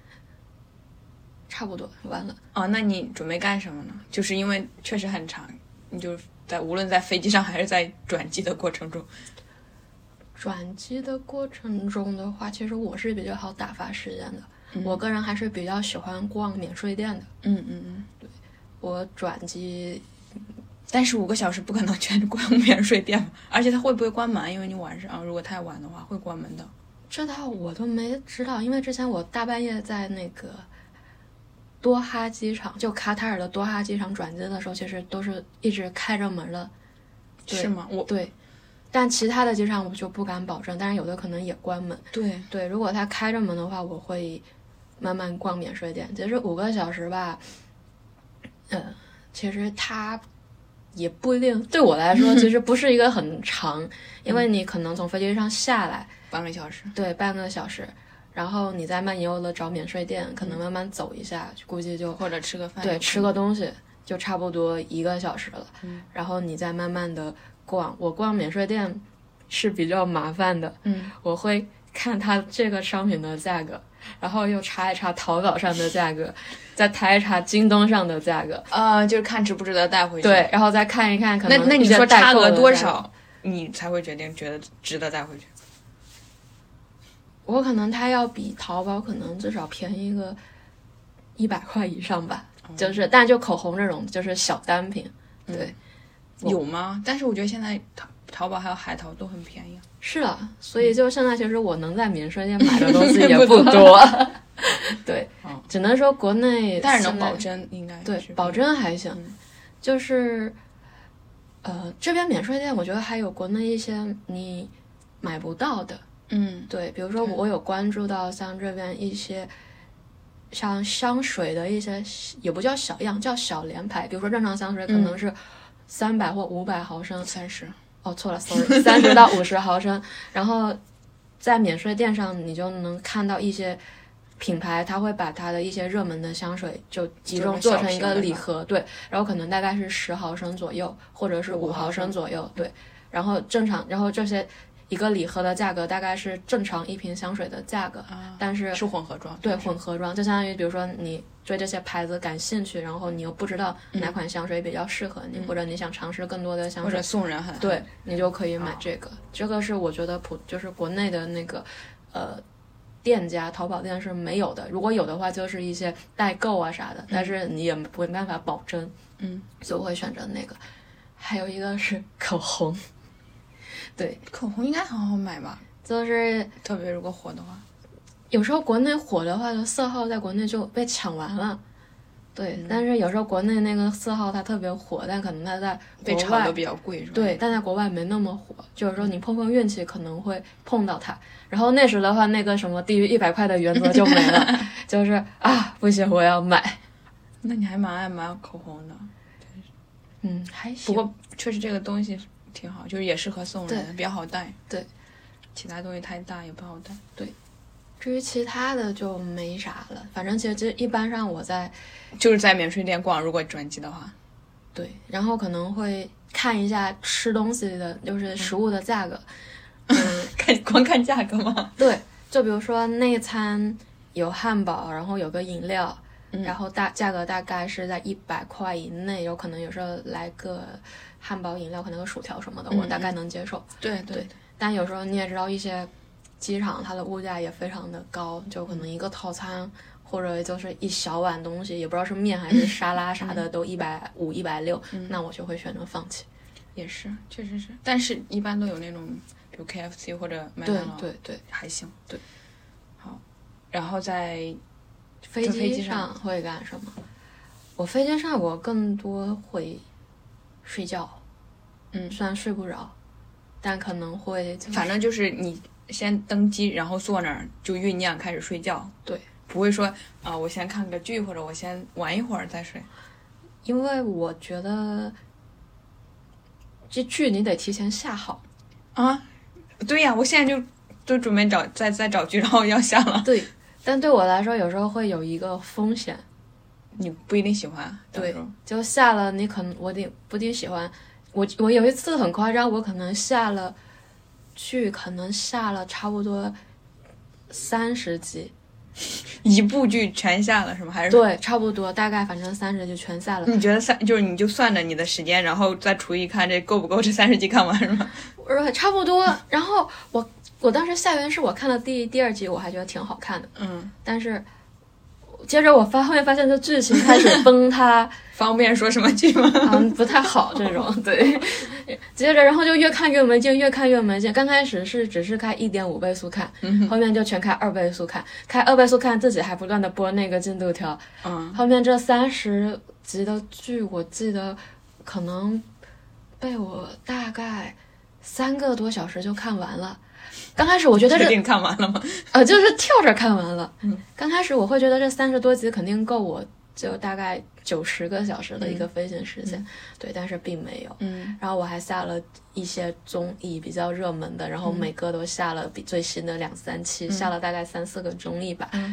差不多完了。 那你准备干什么呢？就是因为确实很长，你就无论在飞机上还是在转机的过程中。 转机的过程中的话，其实我是比较好打发时间的。我个人还是比较喜欢逛免税店的。对，我转机。 但是5个小时不可能全逛免税店，而且它会不会关门？因为你晚上如果太晚的话会关门的。 这套我都没知道，因为之前我大半夜在那个多哈机场，就卡塔尔的多哈机场转机的时候，其实都是一直开着门了。 是吗？ 对，但其他的机场我就不敢保证，但是有的可能也关门。对，如果它开着门的话，我会慢慢逛免税店。其实5个小时吧，其实它也不一定，对我来说其实不是一个很长，因为你可能从飞机上下来半个小时， 对，半个小时，然后你再慢悠悠的找免税店，可能慢慢走一下，估计就或者吃个饭， 对，吃个东西， 就差不多1个小时了。然后你再慢慢的逛，我逛免税店是比较麻烦的，我会看它这个商品的价格，然后又查一查淘宝上的价格，再查一查京东上的价格， 就是看值不值得带回去。 对，然后再看一看可能那你说差额多价少，你才会觉得值得带回去？ 我可能它要比淘宝可能至少便宜个100块以上吧，就是但就口红这种就是小单品，对， 有吗？但是我觉得现在淘宝还有海淘都很便宜。 是啊，所以就现在其实我能在免税店买的东西也不多，对，只能说国内， 但是能保真应该对保真还行，就是这边免税店我觉得还有国内一些你买不到的。对，比如说我有关注到像这边一些像香水的一些，也不叫小样，叫小联牌，比如说正常香水可能是300或500毫升 ，30， 错了 ，sorry，30到50毫升，然后在免税店上你就能看到一些品牌，它会把它的一些热门的香水就集中做成一个礼盒，对，然后可能大概是10毫升左右，或者是5毫升左右，对，然后这些一个礼盒的价格大概是正常一瓶香水的价格，但是是混合装， 对，混合装，就相当于比如说你对这些牌子感兴趣，然后你又不知道哪款香水比较适合你，或者你想尝试更多的香水， 或者送人很对，你就可以买这个。这个是我觉得就是国内的那个店家淘宝店是没有的，如果有的话就是一些代购啊啥的，但是你也没办法保真，所以我会选择那个。还有一个是口红。对， 口红应该很好买吧， 就是特别如果火的话， 有时候国内火的话就色号在国内就被抢完了，对，但是有时候国内那个色号它特别火，但可能它在被炒的比较贵是吧？ 对，但在国外没那么火，就是说你碰碰运气可能会碰到它，然后那时的话那个什么低于100块的原则就没了就是不行我要买。 那你还蛮爱买口红的。 还行， 不过确实这个东西挺好，就是也适合送人，比较好带。 对， 其他东西太大也不好带。 对，至于其他的就没啥了，反正其实一般上我就是在免税店逛，如果转机的话， 对，然后可能会看一下吃东西的，就是食物的价格。 光看价格吗？ 对，就比如说内餐有汉堡，然后有个饮料。然后价格大概是在100块以内，有可能有时候来个汉堡饮料，可能个薯条什么的，我大概能接受。 对， 但有时候你也知道，一些机场它的物价也非常的高，就可能一个套餐或者就是一小碗东西，也不知道是面还是沙拉啥的，都150、160，那我就会选择放弃。 也是，确实是，但是一般都有那种，比如 KFC 或者麦当劳， 对， 还行。对，好，然后在飞机上会干什么？我飞机上我更多会睡觉，虽然睡不着，但可能会反正就是你先登机，然后坐那儿就酝酿开始睡觉。 对， 不会说我先看个剧或者我先玩一会儿再睡。 因为我觉得这剧你得提前下好啊。对呀，我现在就准备再找剧，然后要下了。 对。但对我来说，有时候会有一个风险， 你不一定喜欢。 对，就下了，你可能不一定喜欢。我有一次很夸张，我可能下了剧，可能下了差不多30集， 一部剧全下了是吗？还是对，差不多，大概反正30集全下了。 你觉得就是你就算着你的时间，然后再除以看这够不够这30集看完是吗？ 差不多。然后我当时下完是我看了第2集，我还觉得挺好看的，但是接着我后面发现这剧情开始崩塌。 方便说什么剧吗？ 不太好这种。对，接着然后就越看越没劲，越看越没劲。刚开始只是开1.5倍速看，后面就全开2倍速看，开2倍速看，自己还不断的播那个进度条。后面这30集的剧，我记得可能被我大概3个多小时就看完了。刚开始我觉得确定看完了吗？ 就是跳着看完了。刚开始我会觉得这30多集肯定够我就大概90个小时的一个飞行时间，对，但是并没有。然后我还下了一些综艺比较热门的，然后每个都下了比最新的2-3期，下了大概3-4个综艺吧。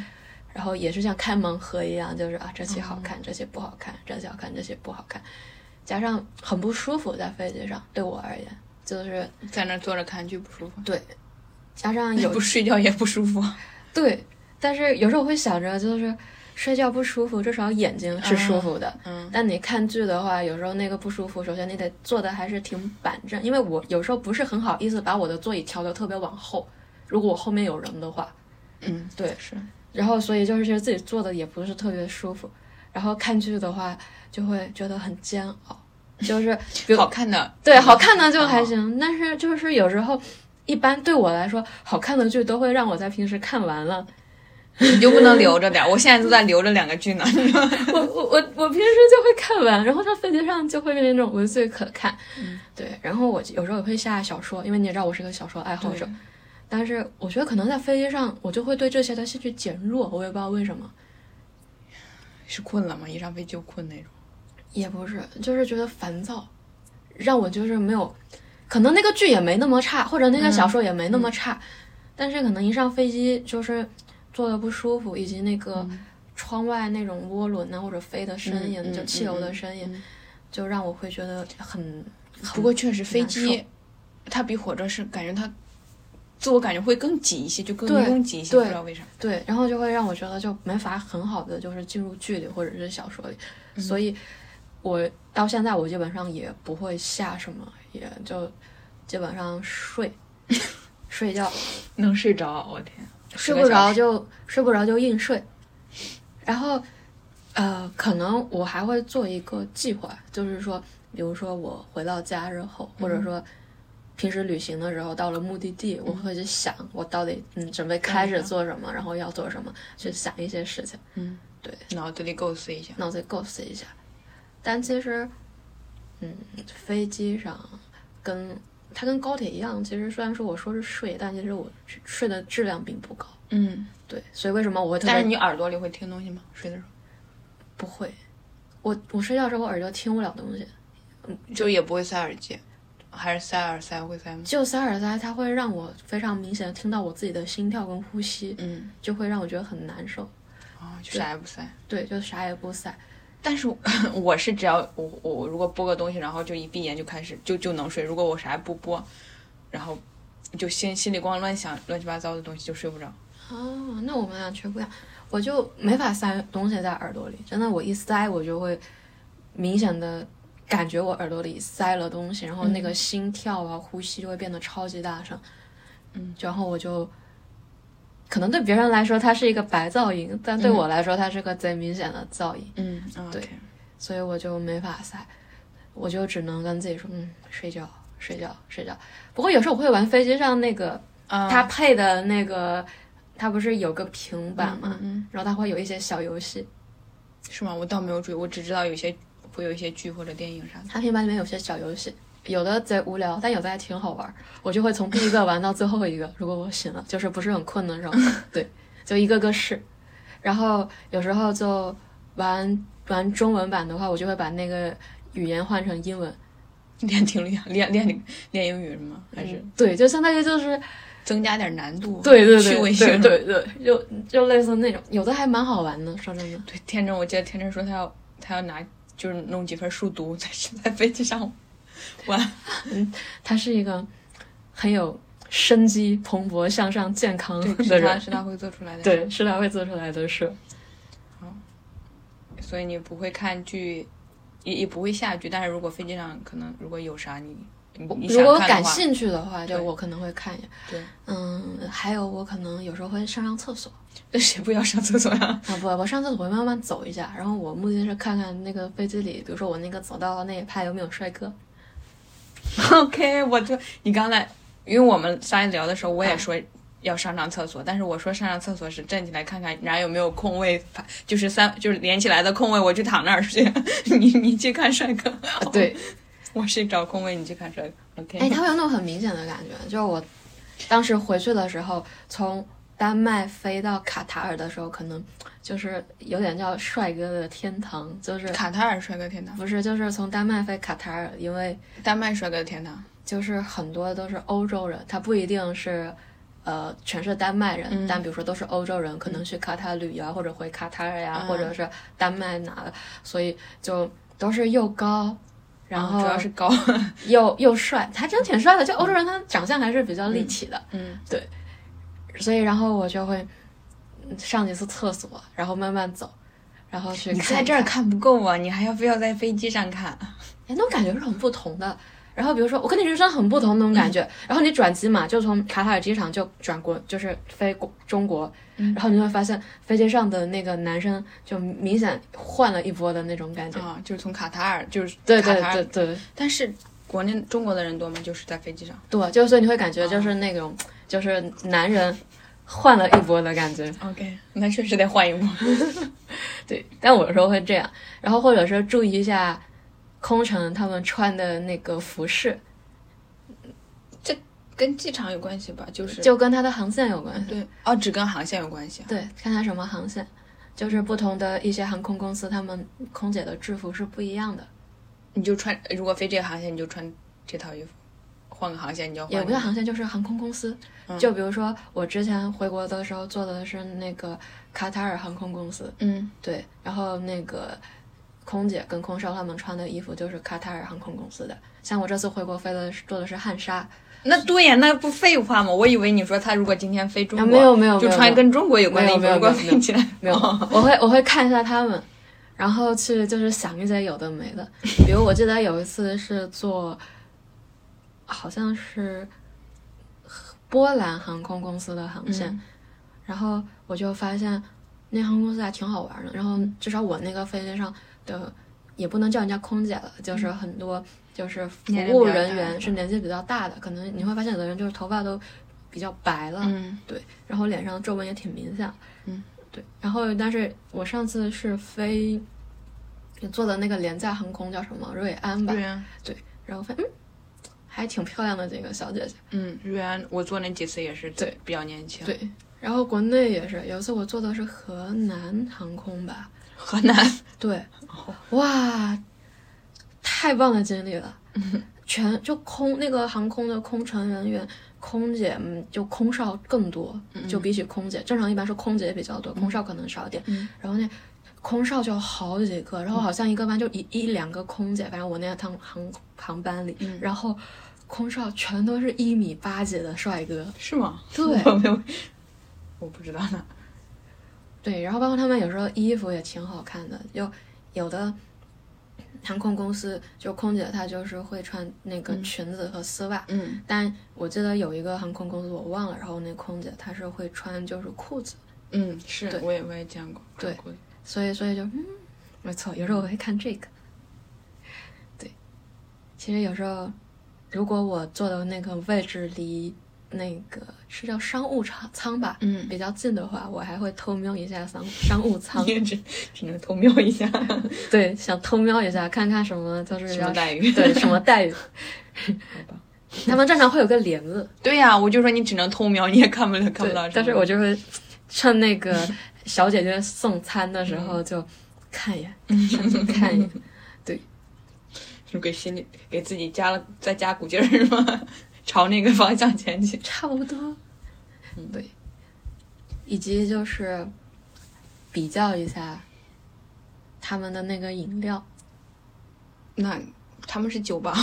然后也是像开盲盒一样，就是这些好看，这些不好看，这些好看，这些不好看，加上很不舒服，在飞机上对我而言，就是在那坐着看剧不舒服。 对，加上有不睡觉也不舒服。 对，但是有时候我会想着，就是睡觉不舒服，至少眼睛是舒服的。但你看剧的话，有时候那个不舒服，首先你得坐的还是挺板正，因为我有时候不是很好意思把我的座椅调得特别往后，如果我后面有人的话。对， 是。 然后所以就是觉得自己坐的也不是特别舒服，然后看剧的话就会觉得很煎熬，就是好看的， 对，好看的就还行，但是就是有时候一般对我来说好看的剧都会让我在平时看完了， 你就不能留着点？我现在都在留着2个剧呢。 我平时就会看完，然后在飞机上就会那种文字可看。对，然后我有时候也会下小说，因为你也知道我是个小说爱好者。但是我觉得可能在飞机上我就会对这些的兴趣减弱，我也不知道为什么。 是困了吗？一上飞机就困那种？ 也不是，就是觉得烦躁，让我就是没有，可能那个剧也没那么差，或者那个小说也没那么差，但是可能一上飞机就是坐的不舒服，以及那个窗外那种涡轮啊或者飞的声音，就汽油的声音，就让我会觉得很不过确实飞机它比火车是感觉它自我感觉会更挤一些，就更拥挤一些，不知道为啥。 对，然后就会让我觉得就没法很好的就是进入剧里或者是小说里，所以我到现在我基本上也不会下什么，也就基本上睡觉能睡着，我天， 睡不着就硬睡。然后可能我还会做一个计划，就是说比如说我回到家之后，或者说平时旅行的时候到了目的地，我会去想我到底准备开始做什么，然后要做什么，去想一些事情。对， 脑子里构思一下。 但其实飞机上它跟高铁一样，其实虽然说我说是睡，但其实我睡的质量并不高。对，所以为什么我会但是你耳朵里会听东西吗？睡的时候不会，我睡觉的时候我耳朵听不了东西， 就也不会塞耳机，还是塞耳塞会塞吗？ 就塞耳塞，它会让我非常明显的听到我自己的心跳跟呼吸，就会让我觉得很难受。 就啥也不塞。 对，就啥也不塞。 但是我是只要我如果播个东西，然后就一闭眼就开始就能睡。如果我啥也不播，然后就心里光乱想乱七八糟的东西，就睡不着。 那我们俩却不一样，我就没法塞东西在耳朵里，真的，我一塞我就会明显的感觉我耳朵里塞了东西，然后那个心跳啊呼吸就会变得超级大声。然后我就可能对别人来说它是一个白噪音，但对我来说它是个贼明显的噪音。对，所以我就没法塞，我就只能跟自己说睡觉。不过有时候我会玩飞机上那个它配的那个，它不是有个平板嘛，然后它会有一些小游戏。 是吗？我倒没有注意，我只知道会有一些剧或者电影啥的。 它平板里面有些小游戏，有的贼无聊，但有的还挺好玩，我就会从第一个玩到最后一个。如果我醒了，就是不是很困的时候，对，就一个个试。然后有时候就玩中文版的话，我就会把那个语言换成英文。 练听力，练英语是吗？还是对，就相当于就是增加点难度， 对， 趣味性， 对，就类似那种，有的还蛮好玩的，说真的。 对，天真，我记得天真说他要拿就是弄几份数独在飞机上玩。 他是一个很有生机、蓬勃向上、健康的人， 是他会做出来的事。 对，是他会做出来的事。 所以你不会看剧，也不会下剧，但是如果飞机上可能如果有啥你如果我感兴趣的话，就我可能会看一眼。 对， 还有我可能有时候会上厕所。 那谁不要上厕所呀？ 不，我上厕所会慢慢走一下，然后我目的是看看那个飞机里，比如说我那个走到那一排有没有帅哥。 OK， 你刚才因为我们仨聊的时候，我也说要上厕所，但是我说上厕所是站起来看看哪有没有空位，就是连起来的空位，我去躺那儿去。你去看帅哥。 对， 我是找空位，你去看帅哥。OK。 他会有那种很明显的感觉，就是我当时回去的时候，从丹麦飞到卡塔尔的时候，可能就是有点叫帅哥的天堂，就是卡塔尔帅哥天堂， 不是，就是从丹麦飞卡塔尔，因为丹麦帅哥的天堂就是很多都是欧洲人，他不一定是全是丹麦人，但比如说都是欧洲人，可能去卡塔尔旅游啊，或者回卡塔尔呀，或者是丹麦哪的，所以就都是又高，然后主要是高又帅，他真挺帅的。就欧洲人，他长相还是比较立体的，对。所以然后我就会上几次厕所，然后慢慢走，然后去看。 你在这儿看不够啊，你还要非要在飞机上看。 那种感觉是很不同的。然后比如说我跟你人生很不同那种感觉，然后你转机嘛，就从卡塔尔机场就转国，就是飞中国，然后你会发现飞机上的那个男生就明显换了一波的那种感觉啊，就是从卡塔尔，就是对卡塔尔对对对。 但是国内中国的人多吗？就是在飞机上。 对，就所以你会感觉就是那种就是男人换了一波的感觉。 OK， 那确实得换一波。 对，但我有时候会这样，然后或者是注意一下空乘他们穿的那个服饰， 这跟机场有关系吧？ 就跟它的航线有关系。 对，哦，只跟航线有关系。 对，看它什么航线，就是不同的一些航空公司，他们空姐的制服是不一样的。 你就穿，如果飞这个航线，你就穿这套衣服；换个航线，你就换。 也不叫航线，就是航空公司。就比如说我之前回国的时候坐的是那个卡塔尔航空公司，对，然后那个空姐跟空少他们穿的衣服就是卡塔尔航空公司的。像我这次回国坐的是汉莎。 那对呀，那不废话吗？我以为你说他如果今天飞中国， 没有， 就穿跟中国有关的衣服。如果飞起来， 没有，我会看一下他们，然后去就是想一些有的没的。比如我记得有一次是坐，好像是波兰航空公司的航线，然后我就发现那航空公司还挺好玩的。然后至少我那个飞机上的也不能叫人家空姐了，就是很多就是服务人员是年纪比较大的，可能你会发现有的人就是头发都比较白了，对，然后脸上皱纹也挺明显，对。然后但是我上次是坐的那个廉价航空叫什么瑞安吧，对，然后发现还挺漂亮的这个小姐姐， 瑞安我坐那几次也是对比较年轻， 对。然后国内也是有一次我坐的是河南航空吧， 河南， 对，哇，太棒的经历了，全就那个航空的空乘人员，空姐就空少更多，就比起空姐，正常一般是空姐比较多，空少可能少一点，然后那空少就好几个，然后好像一个班就一两个空姐，反正我那趟航班里，然后空少全都是1.8米几的帅哥， 是吗？ 对， 我不知道呢。 对，然后包括他们有时候衣服也挺好看的，就有的航空公司就空姐她就是会穿那个裙子和丝袜，但我记得有一个航空公司我忘了，然后那空姐她是会穿就是裤子， 是我也见过， 对，所以就没错，有时候我会看这个，对，其实有时候如果我坐的那个位置离那个是叫商务舱吧，比较近的话，我还会偷瞄一下商务舱， 只能偷瞄一下， 对，想偷瞄一下，看看什么就是什么待遇， 对，什么待遇， 好吧。 他们正常会有个帘子， 对呀，我就说你只能偷瞄，你也看不到。 但是我就会趁那个小姐姐送餐的时候就看一眼，看一眼，对， 就给自己再加股劲儿吗？朝那个方向前进， 差不多。对，以及就是比较一下他们的那个饮料。 那他们是酒吧？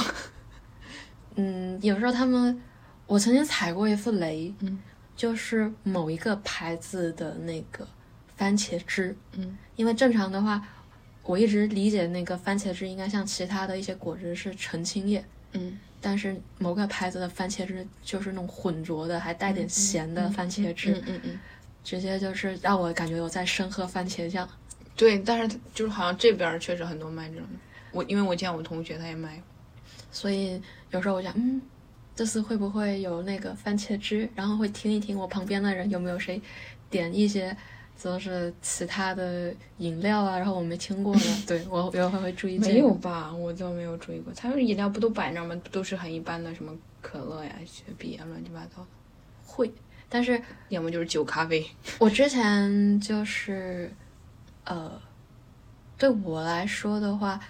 有时候我曾经踩过一次雷，就是某一个牌子的那个番茄汁，因为正常的话，我一直理解那个番茄汁应该像其他的一些果汁是澄清液，但是某个牌子的番茄汁就是那种混浊的，还带点咸的番茄汁，直接就是让我感觉我在生喝番茄酱。 对，但是就是好像这边确实很多卖这种的，因为我见我同学他也卖， 所以有时候我想，这次会不会有那个番茄汁？然后会听一听我旁边的人有没有谁点一些就是其他的饮料啊，然后我没听过的，对，我有会注意这个。 没有吧？我倒没有注意过。他们饮料不都摆那吗？都是很一般的，什么可乐呀、雪碧啊，乱七八糟的。 会，但是要么就是酒、咖啡。 我之前就是，对我来说的话，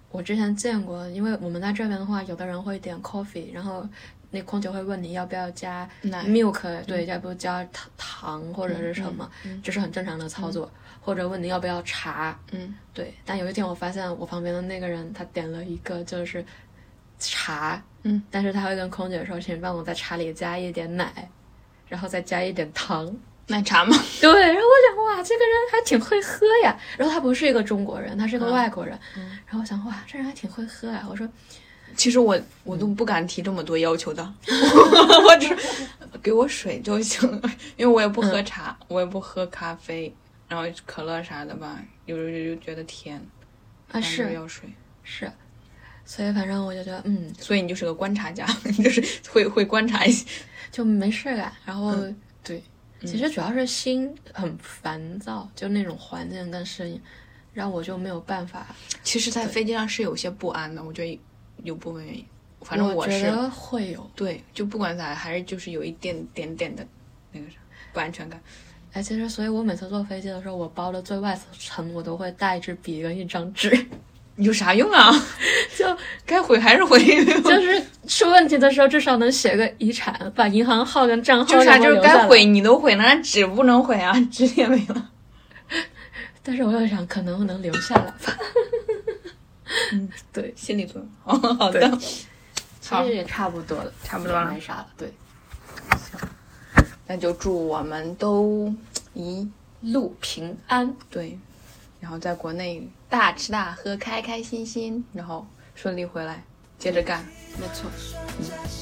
我之前见过，因为我们在这边的话，有的人会点 coffee， 然后那空姐会问你要不要加奶 milk， 对，要不要加糖或者是什么，这是很正常的操作。或者问你要不要茶，对。但有一天我发现我旁边的那个人他点了一个就是茶，但是他会跟空姐说，请帮我在茶里加一点奶，然后再加一点糖。 奶茶吗？ 对，然后我想哇，这个人还挺会喝呀。然后他不是一个中国人，他是个外国人。然后我想哇，这人还挺会喝呀。我说， 其实我都不敢提这么多要求的，我只给我水就行了，因为我也不喝茶，我也不喝咖啡，然后可乐啥的吧，有时候就觉得甜啊，是要水是。所以反正我就觉得， 所以你就是个观察家，你就是会观察一些， 就没事干。然后对。其实主要是心很烦躁，就那种环境跟适应，让我就没有办法。 其实，在飞机上是有些不安的，我觉得有部分原因。反正我觉得会有。 对，就不管咋，还是就是有一点的那个啥不安全感。 哎，其实，所以我每次坐飞机的时候，我包的最外层我都会带一支笔跟一张纸。 有啥用啊？ 就该毁还是毁， 就是出问题的时候至少能写个遗产，把银行号跟账号就啥就是该毁你都毁了，那纸不能毁啊，纸也没了。 但是我又想可能能留下来吧。对， 心理作用。好的， 其实也差不多了， 差不多了， 没啥了。对， 行，那就祝我们都一路平安。 对。然后在国内大吃大喝，开开心心，然后顺利回来，接着干。 没错。